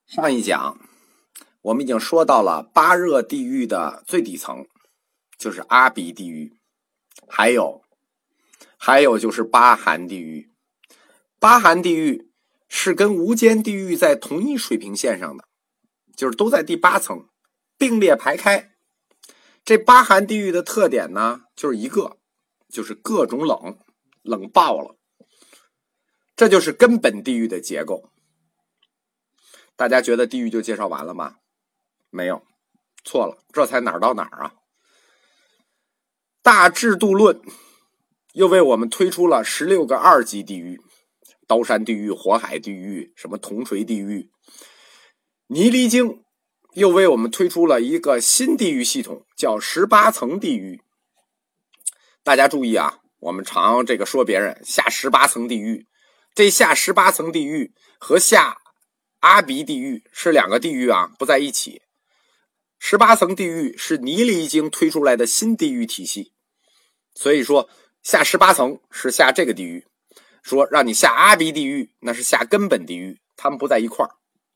上一讲我们已经说到了八热地狱的最底层，就是阿鼻地狱，还有就是八寒地狱。八寒地狱是跟无间地狱在同一水平线上的，就是都在第8层，并列排开。这八寒地狱的特点呢，就是一个，就是各种冷，冷爆了。这就是根本地狱的结构。大家觉得地狱就介绍完了吗？没有，错了，这才哪儿到哪儿啊。大制度论又为我们推出了16个2级地狱，刀山地狱、火海地狱、什么铜锤地狱。尼离经又为我们推出了一个新地狱系统，叫18层地狱。大家注意啊，我们常这个说别人下18层地狱，这下18层地狱和下阿鼻地狱是两个地狱啊，不在一起。18层地狱是尼离经推出来的新地狱体系，所以说下18层是下这个地狱，说让你下阿鼻地狱那是下根本地狱，他们不在一块儿。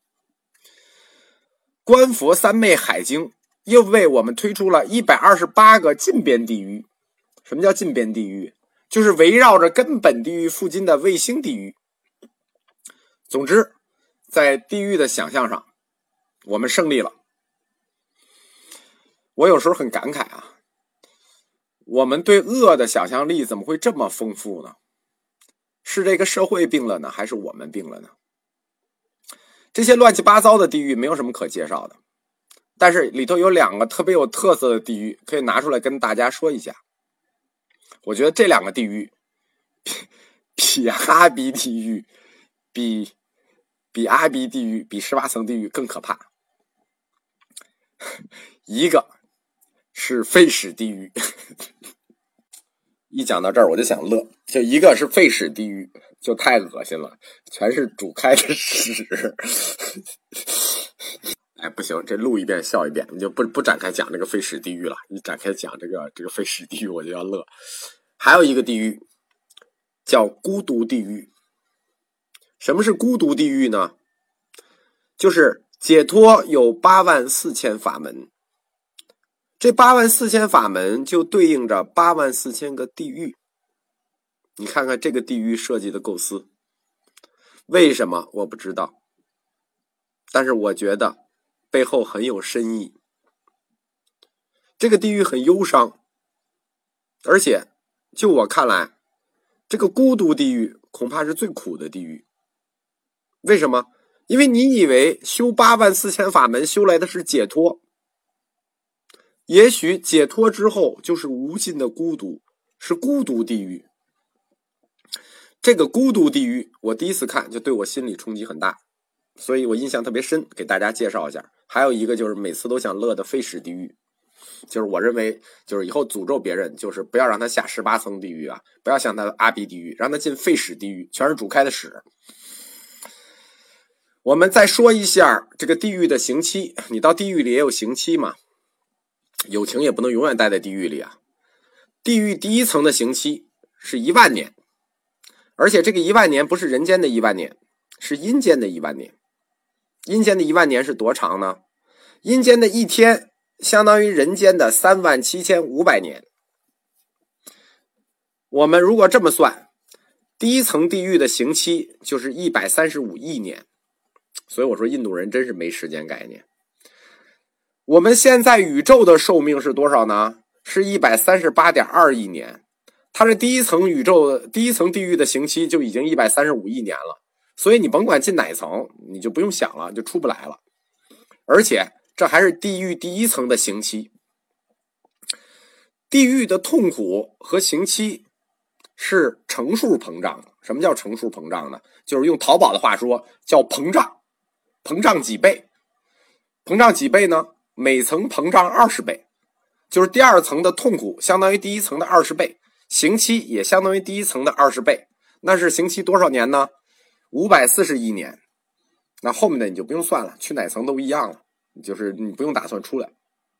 观佛三昧海经又为我们推出了128个近边地狱。什么叫近边地狱？就是围绕着根本地狱附近的卫星地狱。总之在地狱的想象上我们胜利了。我有时候很感慨啊，我们对恶的想象力怎么会这么丰富呢？是这个社会病了呢，还是我们病了呢？这些乱七八糟的地狱没有什么可介绍的，但是里头有两个特别有特色的地狱可以拿出来跟大家说一下。我觉得这两个地狱比阿鼻地狱比阿鼻地狱比18层地狱更可怕。一个是废屎地狱一讲到这儿我就想乐，就一个是废屎地狱就太恶心了，全是煮开的屎哎，不行，这录一遍笑一遍，你就不展开讲这个废屎地狱了，你展开讲这个废屎地狱我就要乐。还有一个地狱叫孤独地狱。什么是孤独地狱呢？就是解脱有84000法门，这84000法门就对应着84000个地狱。你看看这个地狱设计的构思，为什么我不知道，但是我觉得背后很有深意。这个地狱很忧伤，而且就我看来，这个孤独地狱恐怕是最苦的地狱。为什么？因为你以为修84000法门修来的是解脱，也许解脱之后就是无尽的孤独，是孤独地狱。这个孤独地狱我第一次看就对我心理冲击很大，所以我印象特别深，给大家介绍一下。还有一个就是每次都想乐的废屎地狱，就是我认为就是以后诅咒别人，就是不要让他下18层地狱啊，不要像他阿鼻地狱，让他进废屎地狱，全是煮开的屎。我们再说一下这个地狱的刑期，你到地狱里也有刑期嘛，有情也不能永远待在地狱里啊。地狱第1层的刑期是10000年，而且这个10000年不是人间的10000年，是阴间的10000年。阴间的10000年是多长呢？阴间的一天相当于人间的37500年。我们如果这么算，第1层地狱的刑期就是135亿年。所以我说印度人真是没时间概念。我们现在宇宙的寿命是多少呢？是138.2亿年。它这第1层宇宙第1层地狱的刑期就已经135亿年了，所以你甭管进哪层，你就不用想了，就出不来了。而且这还是地狱第1层的刑期。地狱的痛苦和刑期是乘数膨胀的。什么叫乘数膨胀呢？就是用淘宝的话说叫膨胀。膨胀几倍？膨胀几倍呢？每层膨胀20倍，就是第2层的痛苦相当于第1层的20倍，刑期也相当于第1层的20倍。那是刑期多少年呢？540亿年。那后面的你就不用算了，去哪层都一样了，就是你不用打算出来。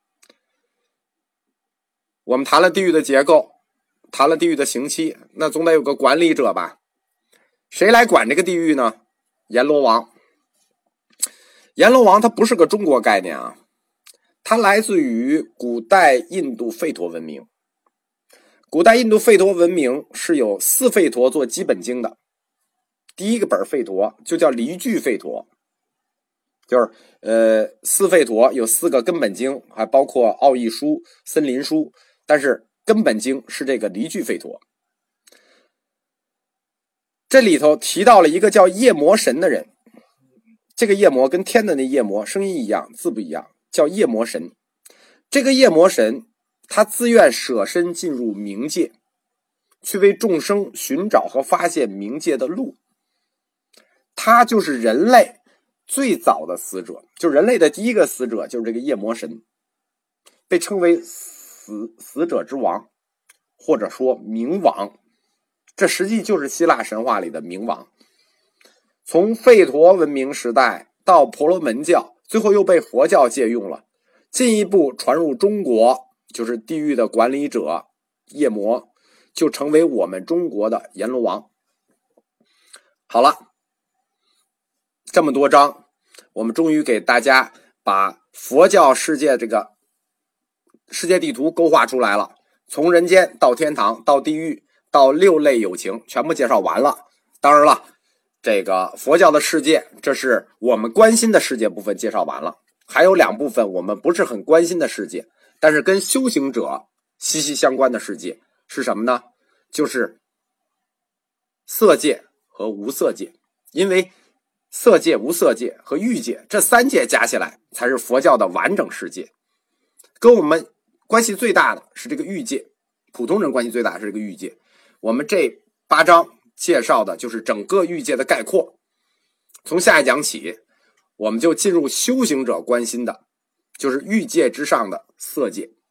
我们谈了地狱的结构，谈了地狱的刑期，那总得有个管理者吧？谁来管这个地狱呢？阎罗王。 阎罗王它不是个中国概念啊，它来自于古代印度吠陀文明。古代印度吠陀文明是有4吠陀做基本经的，第一个本吠陀就叫离句吠陀，就是4吠陀有4个根本经，还包括奥义书、森林书，但是根本经是这个离句吠陀。这里头提到了一个叫夜魔神的人，这个夜魔跟天的那夜魔声音一样，字不一样，叫夜魔神。这个夜魔神他自愿舍身进入冥界，去为众生寻找和发现冥界的路。他就是人类最早的死者，就是人类的第一个死者，就是这个夜魔神，被称为死者之王，或者说冥王。这实际就是希腊神话里的冥王。从吠陀文明时代到婆罗门教，最后又被佛教借用了，进一步传入中国，就是地狱的管理者夜魔，就成为我们中国的阎罗王。好了，这么多章，我们终于给大家把佛教世界这个世界地图勾画出来了，从人间到天堂到地狱到6类有情全部介绍完了。当然了，这个佛教的世界，这是我们关心的世界部分介绍完了，还有2部分我们不是很关心的世界，但是跟修行者息息相关的世界是什么呢？就是色界和无色界。因为色界、无色界和欲界这3界加起来才是佛教的完整世界。跟我们关系最大的是这个欲界，普通人关系最大的是这个欲界。我们这8章介绍的就是整个欲界的概括。从下一讲起，我们就进入修行者关心的，就是欲界之上的色界。